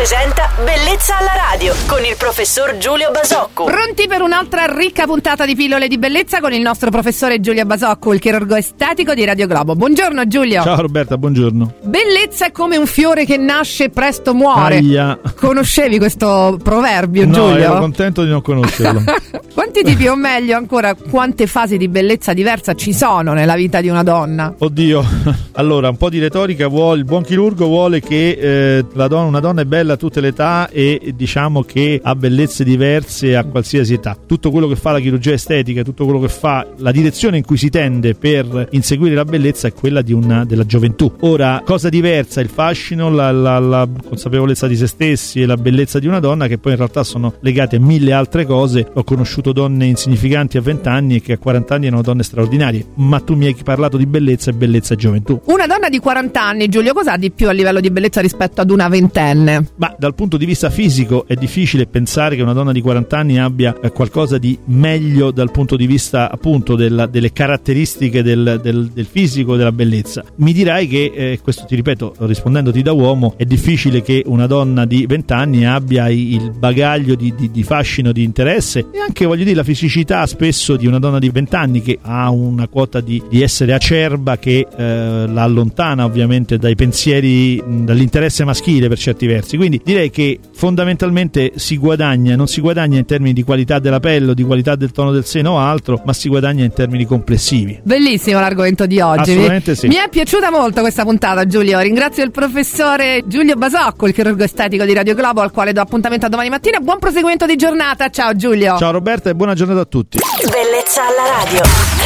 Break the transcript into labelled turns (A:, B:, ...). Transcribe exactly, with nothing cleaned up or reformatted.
A: presenta Bellezza alla radio con il professor Giulio Basocco.
B: Pronti per un'altra ricca puntata di pillole di bellezza con il nostro professore Giulio Basocco, il chirurgo estetico di Radio Globo. Buongiorno Giulio.
C: Ciao Roberta, buongiorno.
B: Bellezza è come un fiore che nasce e presto muore.
C: Aia.
B: Conoscevi questo proverbio,
C: no,
B: Giulio?
C: Ero contento di non conoscerlo.
B: Quanti tipi, o meglio ancora, quante fasi di bellezza diversa ci sono nella vita di una donna?
C: Oddio, allora un po' di retorica vuole, il buon chirurgo vuole che eh, la donna, una donna è bella a tutte le età e diciamo che ha bellezze diverse a qualsiasi età. Tutto quello che fa la chirurgia estetica, tutto quello che fa la direzione in cui si tende per inseguire la bellezza è quella di una, della gioventù. Ora, cosa diversa il fascino, la, la, la consapevolezza di se stessi e la bellezza di una donna, che poi in realtà sono legate a mille altre cose. Ho conosciuto donne insignificanti a venti anni e che a quaranta anni erano donne straordinarie, ma tu mi hai parlato di bellezza e bellezza e gioventù.
B: Una donna di quaranta anni, Giulio, cos'ha di più a livello di bellezza rispetto ad una ventenne?
C: Ma dal punto di vista fisico è difficile pensare che una donna di quaranta anni abbia eh, qualcosa di meglio dal punto di vista appunto della, delle caratteristiche del, del, del fisico, della bellezza. Mi dirai che, eh, questo ti ripeto rispondendoti da uomo, è difficile che una donna di venti anni abbia il bagaglio di, di, di fascino, di interesse e anche, voglio dire, la fisicità spesso di una donna di venti anni, che ha una quota di, di essere acerba che eh, la allontana ovviamente dai pensieri, dall'interesse maschile per certi versi. Quindi direi che fondamentalmente si guadagna, non si guadagna in termini di qualità della pelle o di qualità del tono del seno o altro, ma si guadagna in termini complessivi.
B: Bellissimo l'argomento di oggi.
C: Assolutamente sì.
B: Mi è piaciuta molto questa puntata, Giulio. Ringrazio il professore Giulio Basocco, il chirurgo estetico di Radio Globo, al quale do appuntamento a domani mattina. Buon proseguimento di giornata. Ciao Giulio.
C: Ciao Roberta e buona giornata a tutti.
A: Bellezza alla radio.